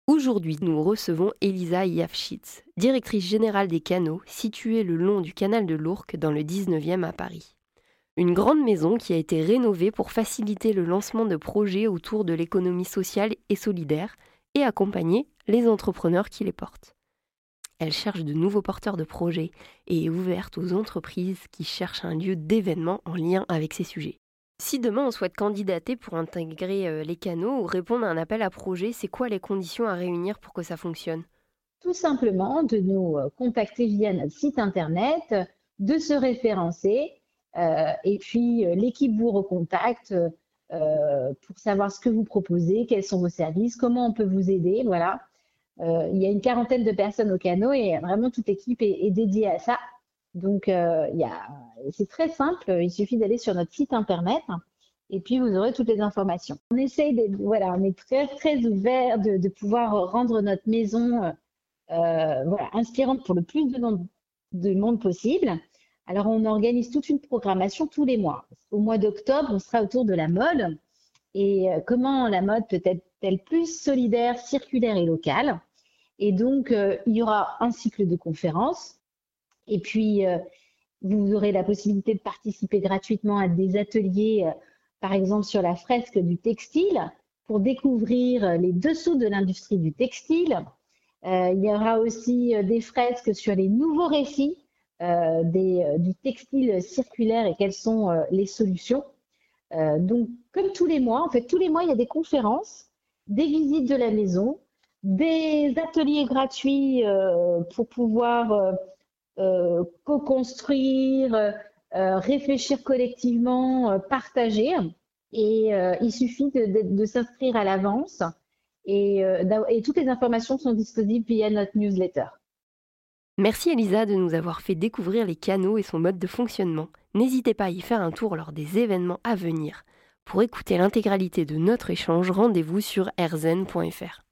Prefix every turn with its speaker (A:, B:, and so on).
A: Aujourd'hui, nous recevons Elisa Yafchitz, directrice générale des canaux, située le long du canal de l'Ourcq dans le 19e à Paris. Une grande maison qui a été rénovée pour faciliter le lancement de projets autour de l'économie sociale et solidaire et accompagner les entrepreneurs qui les portent. Elle cherche de nouveaux porteurs de projets et est ouverte aux entreprises qui cherchent un lieu d'événement en lien avec ces sujets. Si demain on souhaite candidater pour intégrer les canaux ou répondre à un appel à projet, c'est quoi les conditions à réunir pour que ça fonctionne ?
B: Tout simplement de nous contacter via notre site internet, de se référencer et puis l'équipe vous recontacte pour savoir ce que vous proposez, quels sont vos services, comment on peut vous aider. Voilà. Il y a une quarantaine de personnes au canot et vraiment toute l'équipe est dédiée à ça. Donc c'est très simple, il suffit d'aller sur notre site internet et puis vous aurez toutes les informations. On essaye on est très très ouvert de pouvoir rendre notre maison inspirante pour le plus de monde possible. Alors, on organise toute une programmation tous les mois. Au mois d'octobre, on sera autour de la mode et comment la mode peut être-elle plus solidaire, circulaire et locale. Et donc, il y aura un cycle de conférences et puis vous aurez la possibilité de participer gratuitement à des ateliers, par exemple sur la fresque du textile, pour découvrir les dessous de l'industrie du textile. Il y aura aussi des fresques sur les nouveaux récits du textile circulaire et quelles sont les solutions. Donc, comme tous les mois, en fait, tous les mois, il y a des conférences, des visites de la maison, des ateliers gratuits pour pouvoir co-construire, réfléchir collectivement, partager. Et il suffit de s'inscrire à l'avance. Et toutes les informations sont disponibles via notre newsletter.
A: Merci Elisa de nous avoir fait découvrir les canaux et son mode de fonctionnement. N'hésitez pas à y faire un tour lors des événements à venir. Pour écouter l'intégralité de notre échange, rendez-vous sur rzn.fr.